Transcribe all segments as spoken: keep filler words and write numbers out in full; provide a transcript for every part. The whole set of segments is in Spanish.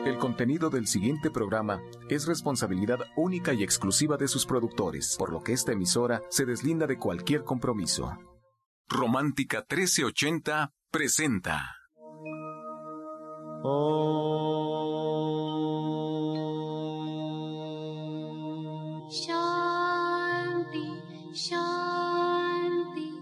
El contenido del siguiente programa es responsabilidad única y exclusiva de sus productores, por lo que esta emisora se deslinda de cualquier compromiso. Romántica trece ochenta presenta. Oh. Shanti, Shanti.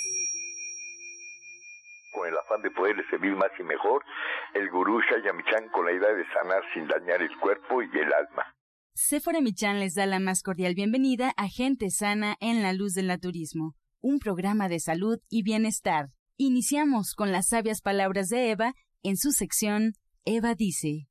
Con el afán de poderle servir más y mejor, el gurú Shaya Michan con la idea de sanar sin dañar el cuerpo y el alma. Séfora Michan les da la más cordial bienvenida a Gente Sana en la Luz del Naturismo, un programa de salud y bienestar. Iniciamos con las sabias palabras de Eva en su sección Eva dice.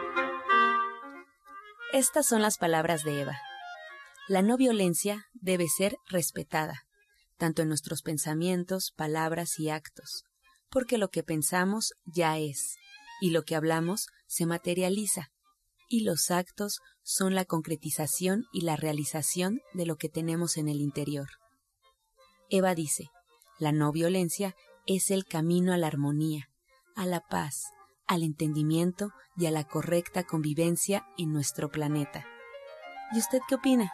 Estas son las palabras de Eva. La no violencia debe ser respetada, tanto en nuestros pensamientos, palabras y actos, porque lo que pensamos ya es, y lo que hablamos se materializa, y los actos son la concretización y la realización de lo que tenemos en el interior. Eva dice, la no violencia es el camino a la armonía, a la paz, al entendimiento y a la correcta convivencia en nuestro planeta. ¿Y usted qué opina?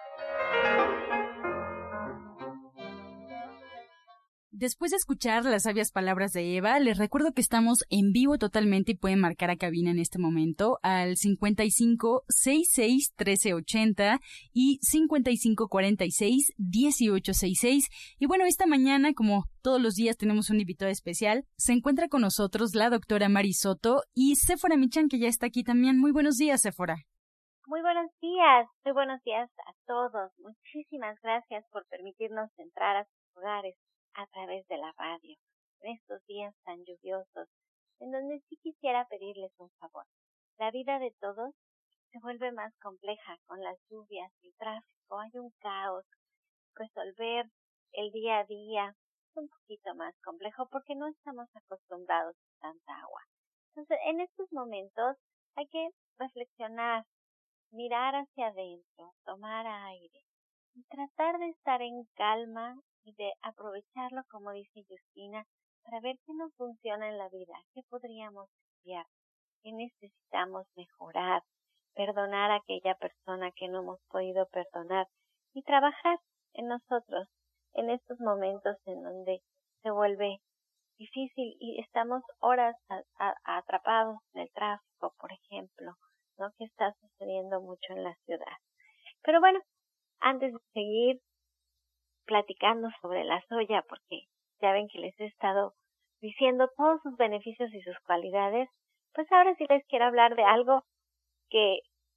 Después de escuchar las sabias palabras de Eva, les recuerdo que estamos en vivo totalmente y pueden marcar a cabina en este momento al cincuenta y cinco, sesenta y seis, trece ochenta y cincuenta y cinco, cuarenta y seis, dieciocho sesenta y seis. Y bueno, esta mañana, como todos los días, tenemos un invitado especial. Se encuentra con nosotros la doctora Mari Soto y Séfora Michan, que ya está aquí también. Muy buenos días, Séfora. Muy buenos días, muy buenos días a todos. Muchísimas gracias por permitirnos entrar a sus hogares a través de la radio, en estos días tan lluviosos, en donde sí quisiera pedirles un favor. La vida de todos se vuelve más compleja con las lluvias, el tráfico, hay un caos. Resolver el día a día es un poquito más complejo porque no estamos acostumbrados a tanta agua. Entonces, en estos momentos hay que reflexionar, mirar hacia adentro, tomar aire y tratar de estar en calma y de aprovecharlo, como dice Justina, para ver qué no funciona en la vida, qué podríamos cambiar, qué necesitamos mejorar, perdonar a aquella persona que no hemos podido perdonar y trabajar en nosotros en estos momentos en donde se vuelve difícil y estamos horas a, a, atrapados en el tráfico, por ejemplo, ¿no? Que está sucediendo mucho en la ciudad. Pero bueno, antes de seguir platicando sobre la soya, porque ya ven que les he estado diciendo todos sus beneficios y sus cualidades, pues ahora sí les quiero hablar de algo que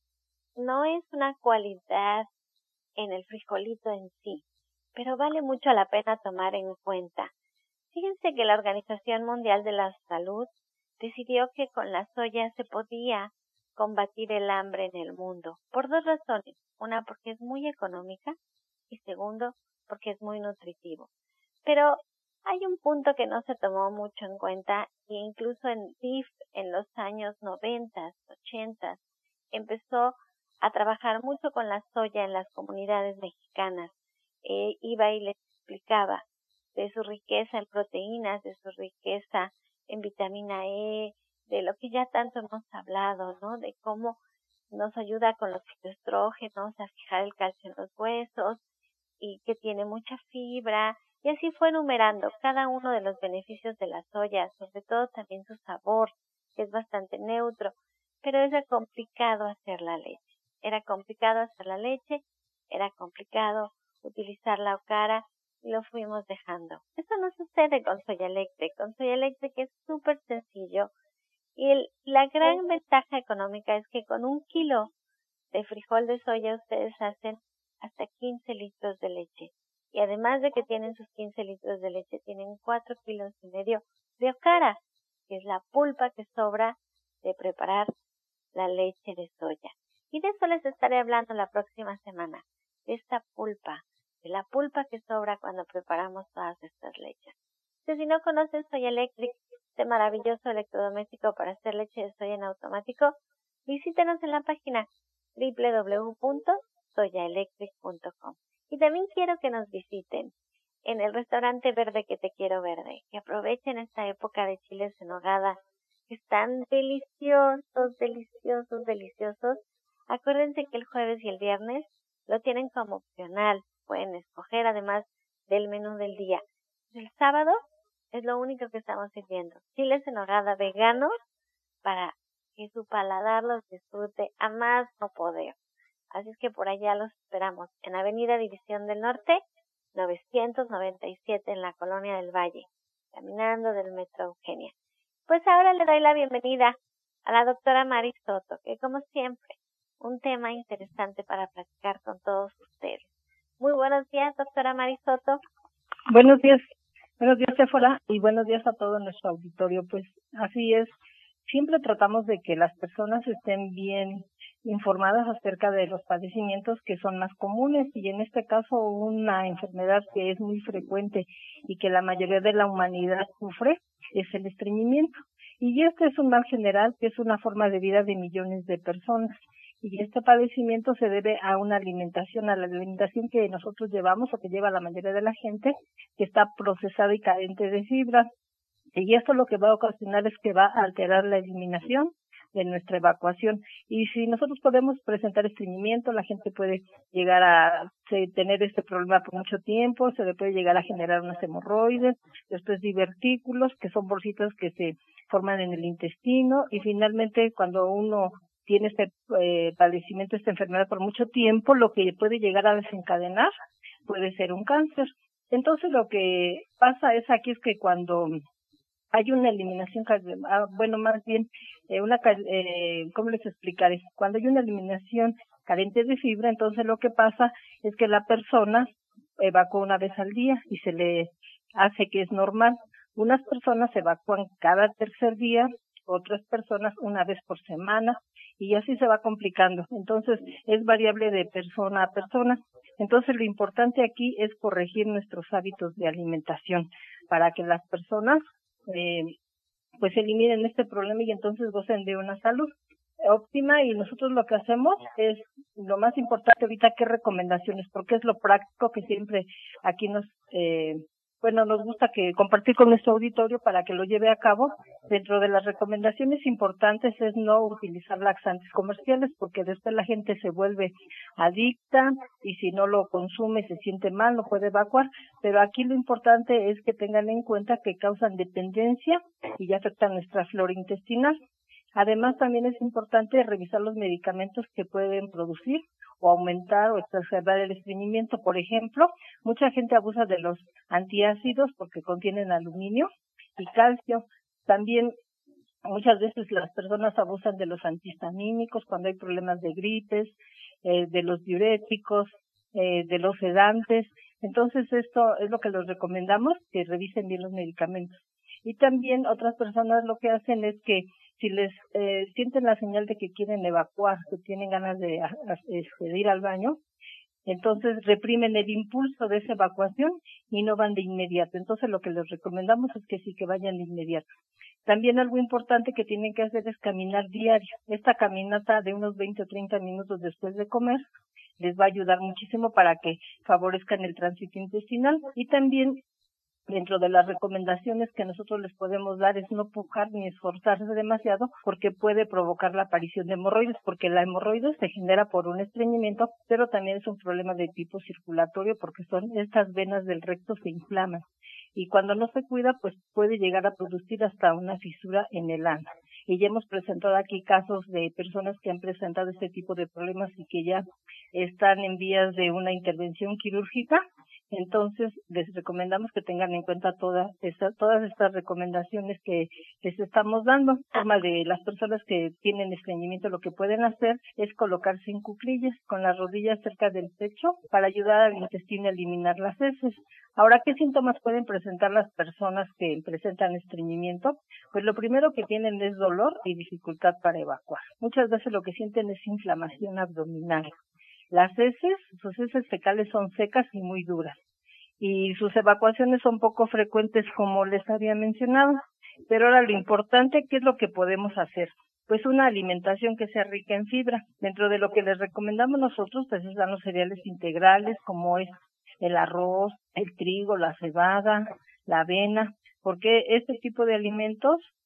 no es una cualidad en el frijolito en sí, pero vale mucho la pena tomar en cuenta. Fíjense que la Organización Mundial de la Salud decidió que con la soya se podía combatir el hambre en el mundo, por dos razones. Una, porque es muy económica, y segundo, porque es muy nutritivo. Pero hay un punto que no se tomó mucho en cuenta, e incluso en D I F en los años noventa, ochenta, empezó a trabajar mucho con la soya en las comunidades mexicanas. Eh, iba y les explicaba de su riqueza en proteínas, de su riqueza en vitamina E, de lo que ya tanto hemos hablado, ¿no? De cómo nos ayuda con los fitoestrógenos a fijar el calcio en los huesos y que tiene mucha fibra. Y así fue enumerando cada uno de los beneficios de la soya, sobre todo también su sabor, que es bastante neutro, pero era complicado hacer la leche. Era complicado hacer la leche, era complicado utilizar la okara y lo fuimos dejando. Eso no sucede con Soya Electric. Con Soya Electric es súper sencillo. Y el, la gran ventaja económica es que con un kilo de frijol de soya ustedes hacen hasta quince litros de leche. Y además de que tienen sus quince litros de leche, tienen cuatro kilos y medio de okara, que es la pulpa que sobra de preparar la leche de soya. Y de eso les estaré hablando la próxima semana, de esta pulpa, de la pulpa que sobra cuando preparamos todas estas leches. Entonces, si no conocen Soya Electric, este maravilloso electrodoméstico para hacer leche de soya en automático, visítenos en la página doble u doble u doble u punto soya electric punto com. Y también quiero que nos visiten en el restaurante Verde que te quiero verde, que aprovechen esta época de chiles en nogada que están deliciosos, deliciosos, deliciosos. Acuérdense que el jueves y el viernes lo tienen como opcional, pueden escoger además del menú del día. El sábado es lo único que estamos sirviendo, chiles en nogada veganos para que su paladar los disfrute a más no poder. Así es que por allá los esperamos en Avenida División del Norte, novecientos noventa y siete en la Colonia del Valle, caminando del Metro Eugenia. Pues ahora le doy la bienvenida a la doctora Mari Soto, que como siempre, un tema interesante para platicar con todos ustedes. Muy buenos días, doctora Mari Soto. Buenos días, buenos días, Sephora, y buenos días a todo nuestro auditorio. Pues así es, siempre tratamos de que las personas estén bien informadas acerca de los padecimientos que son más comunes, y en este caso una enfermedad que es muy frecuente y que la mayoría de la humanidad sufre es el estreñimiento. Y este es un mal general que es una forma de vida de millones de personas. Y este padecimiento se debe a una alimentación, a la alimentación que nosotros llevamos o que lleva la mayoría de la gente, que está procesada y carente de fibra. Y esto lo que va a ocasionar es que va a alterar la eliminación de nuestra evacuación. Y si nosotros podemos presentar estreñimiento, la gente puede llegar a tener este problema por mucho tiempo, se le puede llegar a generar unas hemorroides, después divertículos, que son bolsitas que se forman en el intestino, y finalmente cuando uno tiene este eh, padecimiento, esta enfermedad por mucho tiempo, lo que puede llegar a desencadenar puede ser un cáncer. Entonces lo que pasa es aquí es que cuando hay una eliminación, bueno, más bien, eh, una, eh, ¿cómo les explicaré? Cuando hay una eliminación carente de fibra, entonces lo que pasa es que la persona evacúa una vez al día y se le hace que es normal. Unas personas evacúan cada tercer día, otras personas una vez por semana, y así se va complicando. Entonces es variable de persona a persona. Entonces lo importante aquí es corregir nuestros hábitos de alimentación para que las personas eh, pues eliminen este problema y entonces gocen de una salud óptima. Y nosotros lo que hacemos es, lo más importante ahorita, qué recomendaciones, porque es lo práctico que siempre aquí nos eh, bueno, nos gusta que compartir con nuestro auditorio para que lo lleve a cabo. Dentro de las recomendaciones importantes es no utilizar laxantes comerciales, porque después la gente se vuelve adicta y si no lo consume se siente mal, no puede evacuar. Pero aquí lo importante es que tengan en cuenta que causan dependencia y ya afectan nuestra flora intestinal. Además, también es importante revisar los medicamentos que pueden producir o aumentar o exacerbar el estreñimiento. Por ejemplo, mucha gente abusa de los antiácidos porque contienen aluminio y calcio. También muchas veces las personas abusan de los antihistamínicos cuando hay problemas de gripes, eh, de los diuréticos, eh, de los sedantes. Entonces, esto es lo que les recomendamos, que revisen bien los medicamentos. Y también otras personas lo que hacen es que si les eh, sienten la señal de que quieren evacuar, que tienen ganas de, de ir al baño, entonces reprimen el impulso de esa evacuación y no van de inmediato. Entonces lo que les recomendamos es que sí que vayan de inmediato. También algo importante que tienen que hacer es caminar diario. Esta caminata de unos veinte o treinta minutos después de comer les va a ayudar muchísimo para que favorezcan el tránsito intestinal. Y también dentro de las recomendaciones que nosotros les podemos dar es no pujar ni esforzarse demasiado, porque puede provocar la aparición de hemorroides, porque la hemorroides se genera por un estreñimiento, pero también es un problema de tipo circulatorio, porque son estas venas del recto se inflaman. Y cuando no se cuida, pues puede llegar a producir hasta una fisura en el ano. Y ya hemos presentado aquí casos de personas que han presentado este tipo de problemas y que ya están en vías de una intervención quirúrgica. Entonces, les recomendamos que tengan en cuenta todas estas, todas estas recomendaciones que les estamos dando. Forma de las personas que tienen estreñimiento, lo que pueden hacer es colocarse en cuclillas con las rodillas cerca del pecho para ayudar al intestino a eliminar las heces. Ahora, ¿qué síntomas pueden presentar las personas que presentan estreñimiento? Pues lo primero que tienen es dolor y dificultad para evacuar. Muchas veces lo que sienten es inflamación abdominal. Las heces, sus heces fecales son secas y muy duras. Y sus evacuaciones son poco frecuentes, como les había mencionado. Pero ahora lo importante, ¿qué es lo que podemos hacer? Pues una alimentación que sea rica en fibra. Dentro de lo que les recomendamos nosotros, pues están los cereales integrales, como es el arroz, el trigo, la cebada, la avena, porque este tipo de alimentos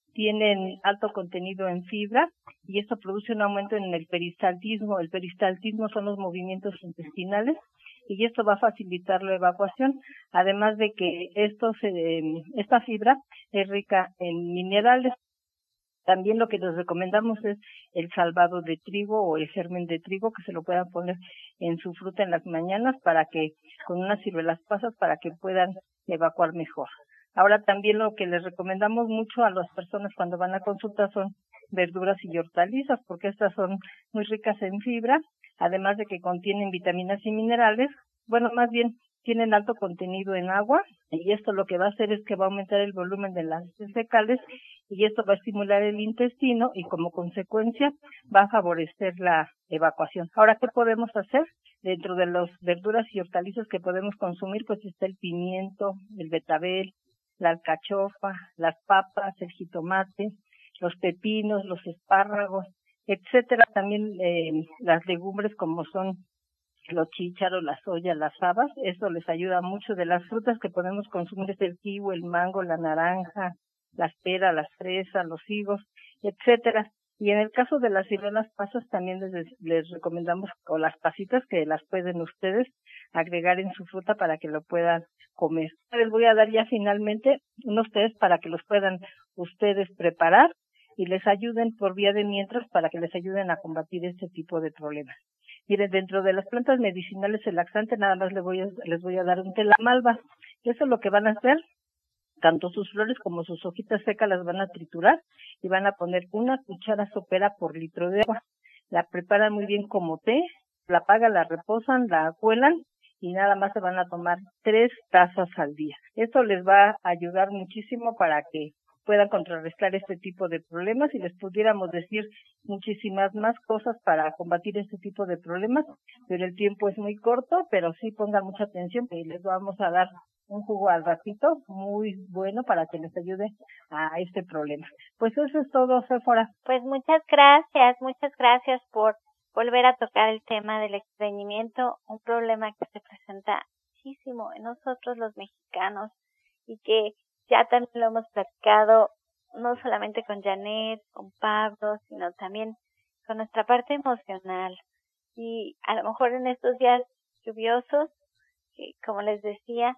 tienen alto contenido en fibra y esto produce un aumento en el peristaltismo. El peristaltismo son los movimientos intestinales y esto va a facilitar la evacuación, además de que esto se, esta fibra es rica en minerales. También lo que les recomendamos es el salvado de trigo o el germen de trigo, que se lo puedan poner en su fruta en las mañanas para que, con unas ciruelas pasas, para que puedan evacuar mejor. Ahora también lo que les recomendamos mucho a las personas cuando van a consulta son verduras y hortalizas, porque estas son muy ricas en fibra, además de que contienen vitaminas y minerales. Bueno, más bien tienen alto contenido en agua y esto lo que va a hacer es que va a aumentar el volumen de las heces fecales y esto va a estimular el intestino y como consecuencia va a favorecer la evacuación. Ahora, ¿qué podemos hacer? Dentro de las verduras y hortalizas que podemos consumir, pues está el pimiento, el betabel, la alcachofa, las papas, el jitomate, los pepinos, los espárragos, etcétera. También eh, las legumbres como son los chícharos, la soya, las habas, eso les ayuda mucho. De las frutas que podemos consumir es el kiwi, el mango, la naranja, las peras, las fresas, los higos, etcétera. Y en el caso de las ciruelas pasas también les, les recomendamos, o las pasitas que las pueden ustedes agregar en su fruta para que lo puedan comer. Les voy a dar ya finalmente unos test para que los puedan ustedes preparar y les ayuden por vía de mientras para que les ayuden a combatir este tipo de problemas. Miren, dentro de las plantas medicinales el laxante nada más les voy a, les voy a dar un té la malva. Eso es lo que van a hacer. Tanto sus flores como sus hojitas secas las van a triturar y van a poner una cuchara sopera por litro de agua. La preparan muy bien como té, la apagan, la reposan, la cuelan y nada más se van a tomar tres tazas al día. Esto les va a ayudar muchísimo para que puedan contrarrestar este tipo de problemas y les pudiéramos decir muchísimas más cosas para combatir este tipo de problemas, pero el tiempo es muy corto, pero sí pongan mucha atención y les vamos a dar un jugo al ratito muy bueno para que les ayude a este problema. Pues eso es todo, Séfora. Pues muchas gracias, muchas gracias por volver a tocar el tema del estreñimiento, un problema que se presenta muchísimo en nosotros los mexicanos y que ya también lo hemos platicado no solamente con Janet, con Pablo, sino también con nuestra parte emocional. Y a lo mejor en estos días lluviosos, que como les decía,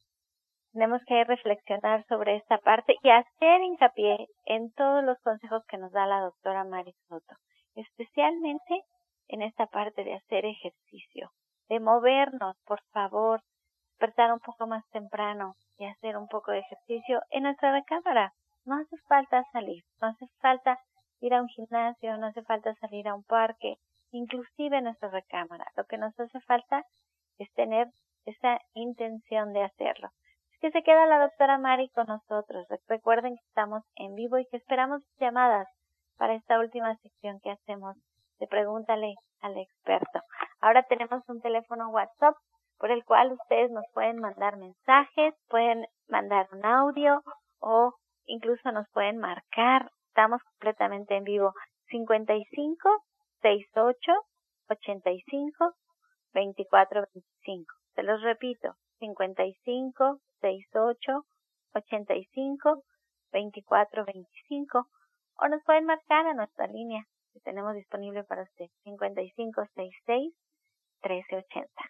tenemos que reflexionar sobre esta parte y hacer hincapié en todos los consejos que nos da la doctora Mari Soto, especialmente en esta parte de hacer ejercicio, de movernos, por favor, despertar un poco más temprano y hacer un poco de ejercicio en nuestra recámara. No hace falta salir, no hace falta ir a un gimnasio, no hace falta salir a un parque, inclusive en nuestra recámara. Lo que nos hace falta es tener esa intención de hacerlo. Es que se queda la doctora Mari con nosotros. Recuerden que estamos en vivo y que esperamos llamadas para esta última sección que hacemos de Pregúntale al experto. Ahora tenemos un teléfono WhatsApp por el cual ustedes nos pueden mandar mensajes, pueden mandar un audio o incluso nos pueden marcar. Estamos completamente en vivo. cincuenta y cinco, sesenta y ocho, ochenta y cinco, veinticuatro veinticinco. Se los repito, cincuenta y cinco, sesenta y ocho, ochenta y cinco, veinticuatro veinticinco. O nos pueden marcar a nuestra línea que tenemos disponible para usted, cincuenta y cinco, sesenta y seis, trece ochenta.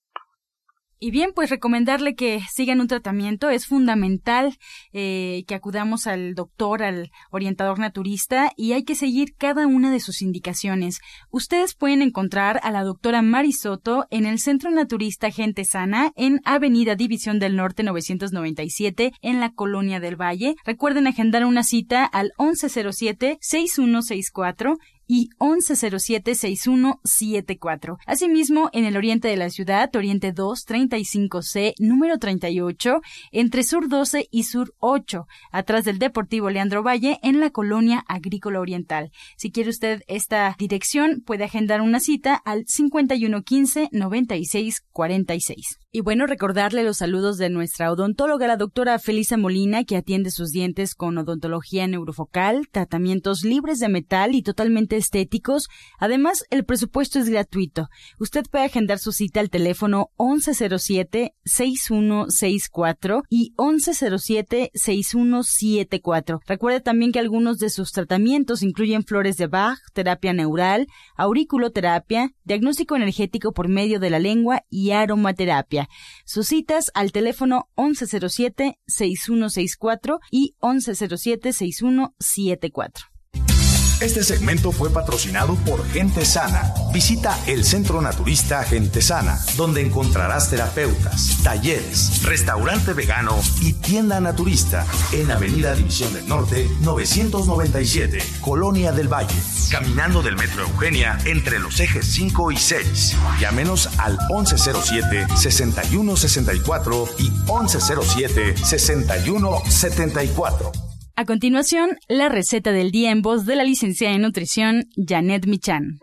Y bien, pues recomendarle que sigan un tratamiento. Es fundamental eh, que acudamos al doctor, al orientador naturista, y hay que seguir cada una de sus indicaciones. Ustedes pueden encontrar a la doctora Mari Soto en el Centro Naturista Gente Sana, en Avenida División del Norte novecientos noventa y siete, en la Colonia del Valle. Recuerden agendar una cita al once cero siete, seis uno seis cuatro y once cero siete, seis uno siete cuatro. Asimismo, en el oriente de la ciudad, Oriente dos, treinta y cinco C, número treinta y ocho, entre Sur doce y Sur ocho, atrás del Deportivo Leandro Valle, en la Colonia Agrícola Oriental. Si quiere usted esta dirección, puede agendar una cita al cincuenta y uno quince, noventa y seis cuarenta y seis. Y bueno, recordarle los saludos de nuestra odontóloga, la doctora Felisa Molina, que atiende sus dientes con odontología neurofocal, tratamientos libres de metal y totalmente totalmente estéticos. Además, el presupuesto es gratuito. Usted puede agendar su cita al teléfono once cero siete, seis uno seis cuatro y once cero siete, seis uno siete cuatro. Recuerde también que algunos de sus tratamientos incluyen flores de Bach, terapia neural, auriculoterapia, diagnóstico energético por medio de la lengua y aromaterapia. Sus citas al teléfono once cero siete, seis uno seis cuatro y once cero siete, seis uno siete cuatro. Este segmento fue patrocinado por Gente Sana. Visita el Centro Naturista Gente Sana, donde encontrarás terapeutas, talleres, restaurante vegano y tienda naturista en Avenida División del Norte, novecientos noventa y siete, Colonia del Valle, caminando del Metro Eugenia entre los ejes cinco y seis. Llámenos al once cero siete, sesenta y uno sesenta y cuatro y once cero siete, sesenta y uno setenta y cuatro. A continuación, la receta del día en voz de la licenciada en nutrición, Janet Michan.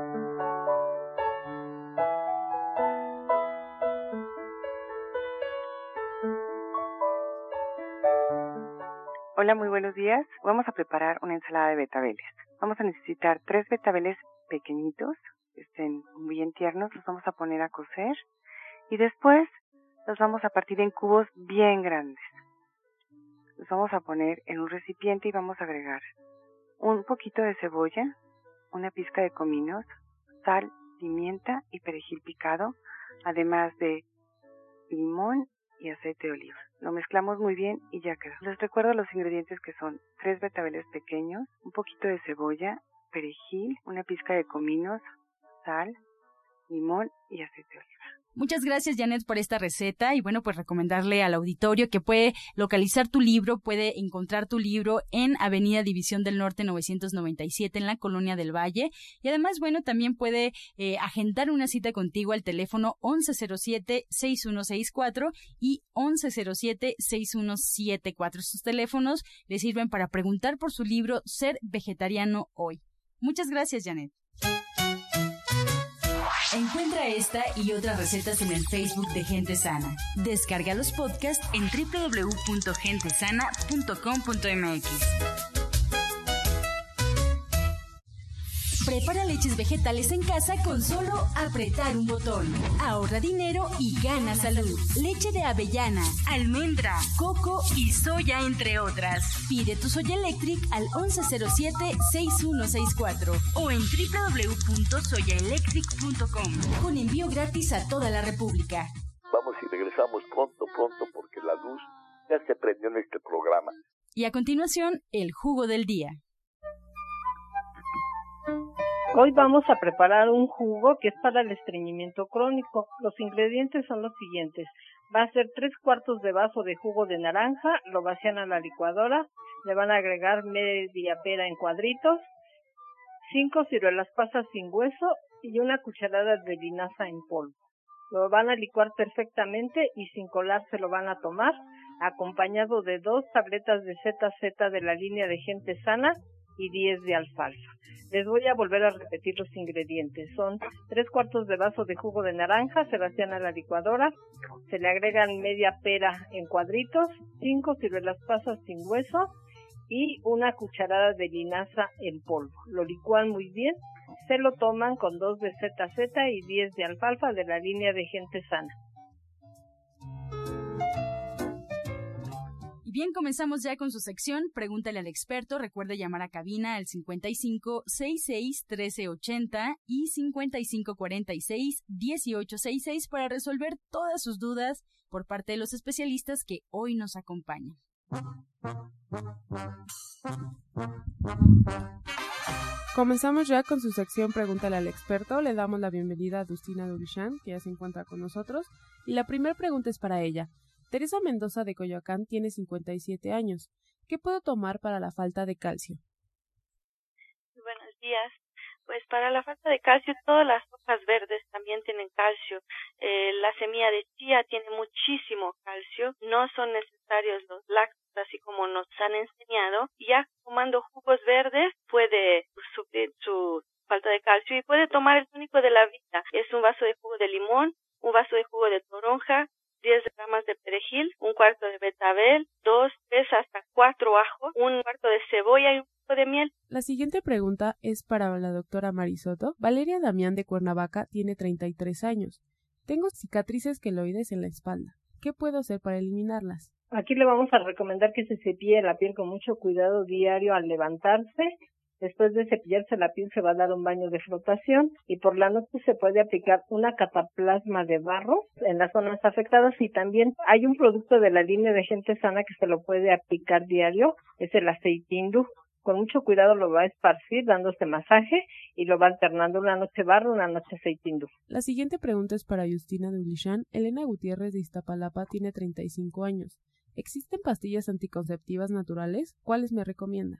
Hola, muy buenos días. Vamos a preparar una ensalada de betabeles. Vamos a necesitar tres betabeles pequeñitos, que estén bien tiernos, los vamos a poner a cocer y después los vamos a partir en cubos bien grandes. Los vamos a poner en un recipiente y vamos a agregar un poquito de cebolla, una pizca de cominos, sal, pimienta y perejil picado, además de limón y aceite de oliva. Lo mezclamos muy bien y ya quedó. Les recuerdo los ingredientes que son tres betabeles pequeños, un poquito de cebolla, perejil, una pizca de cominos, sal, limón y aceite de oliva. Muchas gracias, Janet, por esta receta y bueno, pues recomendarle al auditorio que puede localizar tu libro, puede encontrar tu libro en Avenida División del Norte novecientos noventa y siete en la Colonia del Valle y además, bueno, también puede eh, agendar una cita contigo al teléfono once cero siete, seis uno seis cuatro y once cero siete, seis uno siete cuatro. Estos teléfonos le sirven para preguntar por su libro Ser Vegetariano Hoy. Muchas gracias, Janet. Encuentra esta y otras recetas en el Facebook de Gente Sana. Descarga los podcasts en doble u doble u doble u punto gente sana punto com punto m x. Prepara leches vegetales en casa con solo apretar un botón. Ahorra dinero y gana salud. Leche de avellana, almendra, coco y soya, entre otras. Pide tu Soya Electric al once cero siete, seis uno seis cuatro o en doble u doble u doble u punto soya electric punto com. Con envío gratis a toda la República. Vamos y regresamos pronto, pronto, porque la luz ya se prendió en este programa. Y a continuación, el jugo del día. Hoy vamos a preparar un jugo que es para el estreñimiento crónico. Los ingredientes son los siguientes. Va a ser tres cuartos de vaso de jugo de naranja, lo vacían a la licuadora, le van a agregar media pera en cuadritos, cinco ciruelas pasas sin hueso y una cucharada de linaza en polvo. Lo van a licuar perfectamente y sin colar se lo van a tomar, acompañado de dos tabletas de Z Z de la línea de Gente Sana y diez de alfalfa. Les voy a volver a repetir los ingredientes. Son tres cuartos de vaso de jugo de naranja, se vacían a la licuadora, se le agregan media pera en cuadritos, cinco ciruelas pasas sin hueso y una cucharada de linaza en polvo. Lo licúan muy bien, se lo toman con dos de Z Z y diez de alfalfa de la línea de Gente Sana. Bien, comenzamos ya con su sección Pregúntale al experto. Recuerde llamar a cabina al cincuenta y cinco, sesenta y seis, trece ochenta y cincuenta y cinco, cuarenta y seis, dieciocho sesenta y seis para resolver todas sus dudas por parte de los especialistas que hoy nos acompañan. Comenzamos ya con su sección Pregúntale al experto. Le damos la bienvenida a Dustina Durishan, que ya se encuentra con nosotros. Y la primera pregunta es para ella. Teresa Mendoza de Coyoacán tiene cincuenta y siete años. ¿Qué puedo tomar para la falta de calcio? Buenos días. Pues para la falta de calcio, todas las hojas verdes también tienen calcio. Eh, la semilla de chía tiene muchísimo calcio. No son necesarios los lácteos, así como nos han enseñado. Ya tomando jugos verdes puede suplir su falta de calcio y puede tomar el tónico de la vida. Es un vaso de jugo de limón, un vaso de jugo de toronja, diez gramos de perejil, un cuarto de betabel, dos, tres hasta cuatro ajos, un cuarto de cebolla y un poco de miel. La La siguiente pregunta es para la doctora Mari Soto. Valeria Damián de Cuernavaca tiene treinta y tres años. Tengo cicatrices queloides en la espalda. ¿Qué puedo hacer para eliminarlas? Aquí le vamos a recomendar que se cepille la piel con mucho cuidado diario al levantarse. Después de cepillarse la piel se va a dar un baño de flotación y por la noche se puede aplicar una cataplasma de barro en las zonas afectadas y también hay un producto de la línea de Gente Sana que se lo puede aplicar diario, es el aceite hindú. Con mucho cuidado lo va a esparcir dándose masaje y lo va alternando una noche barro, una noche aceite hindú. La siguiente pregunta es para Justina Dulichan. Elena Gutiérrez de Iztapalapa tiene treinta y cinco años. ¿Existen pastillas anticonceptivas naturales? ¿Cuáles me recomienda?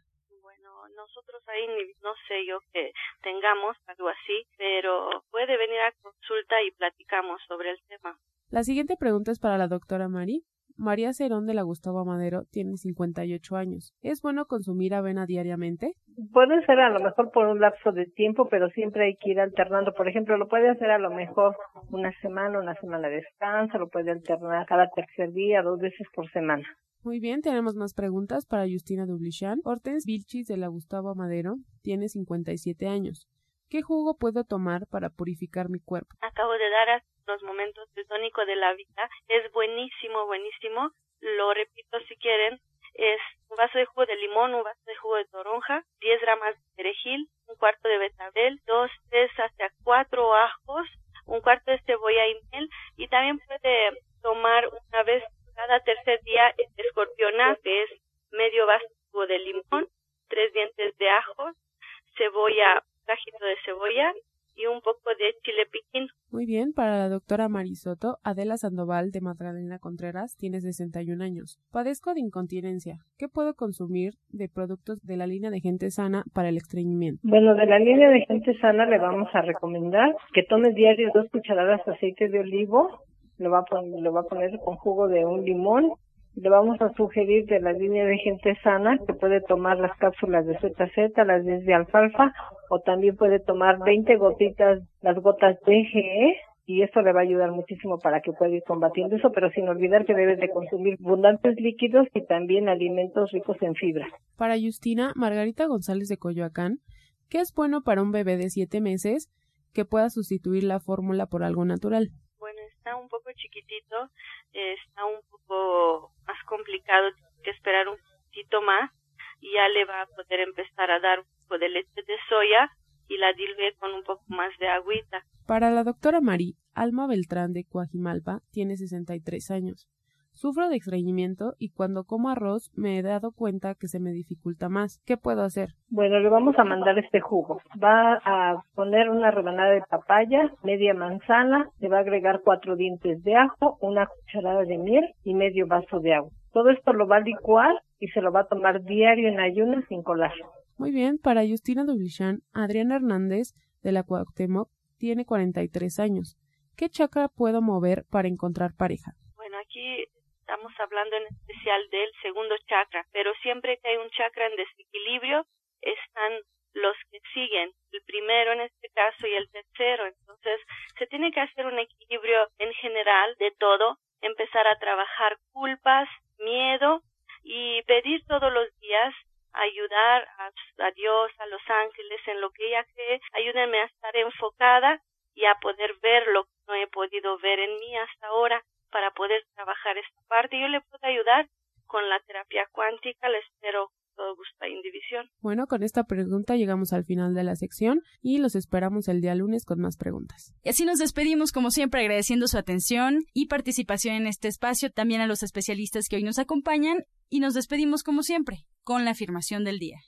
Nosotros ahí no sé yo que tengamos algo así, pero puede venir a consulta y platicamos sobre el tema. La siguiente pregunta es para la doctora Mari. María Cerón de la Gustavo Amadero tiene cincuenta y ocho años. ¿Es bueno consumir avena diariamente? Puede ser a lo mejor por un lapso de tiempo, pero siempre hay que ir alternando. Por ejemplo, lo puede hacer a lo mejor una semana, una semana de descanso, lo puede alternar cada tercer día, dos veces por semana. Muy bien, tenemos más preguntas para Justina Dulichan. Hortens Vilchis de la Gustavo Amadero tiene cincuenta y siete años. ¿Qué jugo puedo tomar para purificar mi cuerpo? Acabo de dar hace unos momentos el tónico de la vida. Es buenísimo, buenísimo. Lo repito si quieren. Es un vaso de jugo de limón, un vaso de jugo de toronja, diez gramas de perejil, un cuarto de betabel, dos, tres hasta cuatro ajos, un cuarto de cebolla y miel. Y también puede tomar una vez cada tercer día escorpiona, que es medio vaso de limón, tres dientes de ajo, cebolla, un cajito de cebolla y un poco de chile piquín. Muy bien, para la doctora Mari Soto, Adela Sandoval de Magdalena Contreras tiene sesenta y un años. Padezco de incontinencia. ¿Qué puedo consumir de productos de la línea de Gente Sana para el estreñimiento? Bueno, de la línea de Gente Sana le vamos a recomendar que tome diario dos cucharadas de aceite de olivo. Lo va, a poner, lo va a poner con jugo de un limón. Le vamos a sugerir de la línea de Gente Sana que puede tomar las cápsulas de Z Z, las de alfalfa, o también puede tomar veinte gotitas, las gotas de G E, y eso le va a ayudar muchísimo para que pueda ir combatiendo eso, pero sin olvidar que debe de consumir abundantes líquidos y también alimentos ricos en fibra. Para Justina, Margarita González de Coyoacán, ¿qué es bueno para un bebé de siete meses que pueda sustituir la fórmula por algo natural? Está un poco chiquitito, está un poco más complicado, tiene que esperar un poquito más y ya le va a poder empezar a dar un poco de leche de soya y la diluye con un poco más de agüita. Para la doctora Mari, Alma Beltrán de Coajimalpa tiene sesenta y tres años. Sufro de estreñimiento y cuando como arroz me he dado cuenta que se me dificulta más. ¿Qué puedo hacer? Bueno, le vamos a mandar este jugo. Va a poner una rebanada de papaya, media manzana, le va a agregar cuatro dientes de ajo, una cucharada de miel y medio vaso de agua. Todo esto lo va a licuar y se lo va a tomar diario en ayunas sin colar. Muy bien, para Justina Dulichan, Adriana Hernández de la Cuauhtémoc tiene cuarenta y tres años. ¿Qué chakra puedo mover para encontrar pareja? Bueno, aquí estamos hablando en especial del segundo chakra, pero siempre que hay un chakra en desequilibrio están los que siguen, el primero en este caso y el tercero. Entonces se tiene que hacer un equilibrio en general de todo, empezar a trabajar culpas, miedo y pedir todos los días, ayudar a, a Dios, a los ángeles en lo que ella cree. Ayúdenme a estar enfocada y a poder ver lo que no he podido ver en mí hasta ahora, para poder trabajar esta parte. Yo le puedo ayudar con la terapia cuántica. Le espero con todo gusto en División. Bueno, con esta pregunta llegamos al final de la sección y los esperamos el día lunes con más preguntas. Y así nos despedimos, como siempre, agradeciendo su atención y participación en este espacio, también a los especialistas que hoy nos acompañan, y nos despedimos como siempre con la afirmación del día.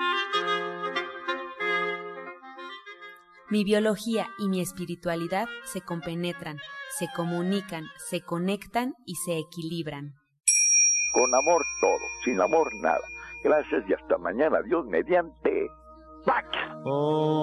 Mi biología y mi espiritualidad se compenetran, se comunican, se conectan y se equilibran. Con amor todo, sin amor nada. Gracias y hasta mañana. Dios mediante. ¡Pax! Oh.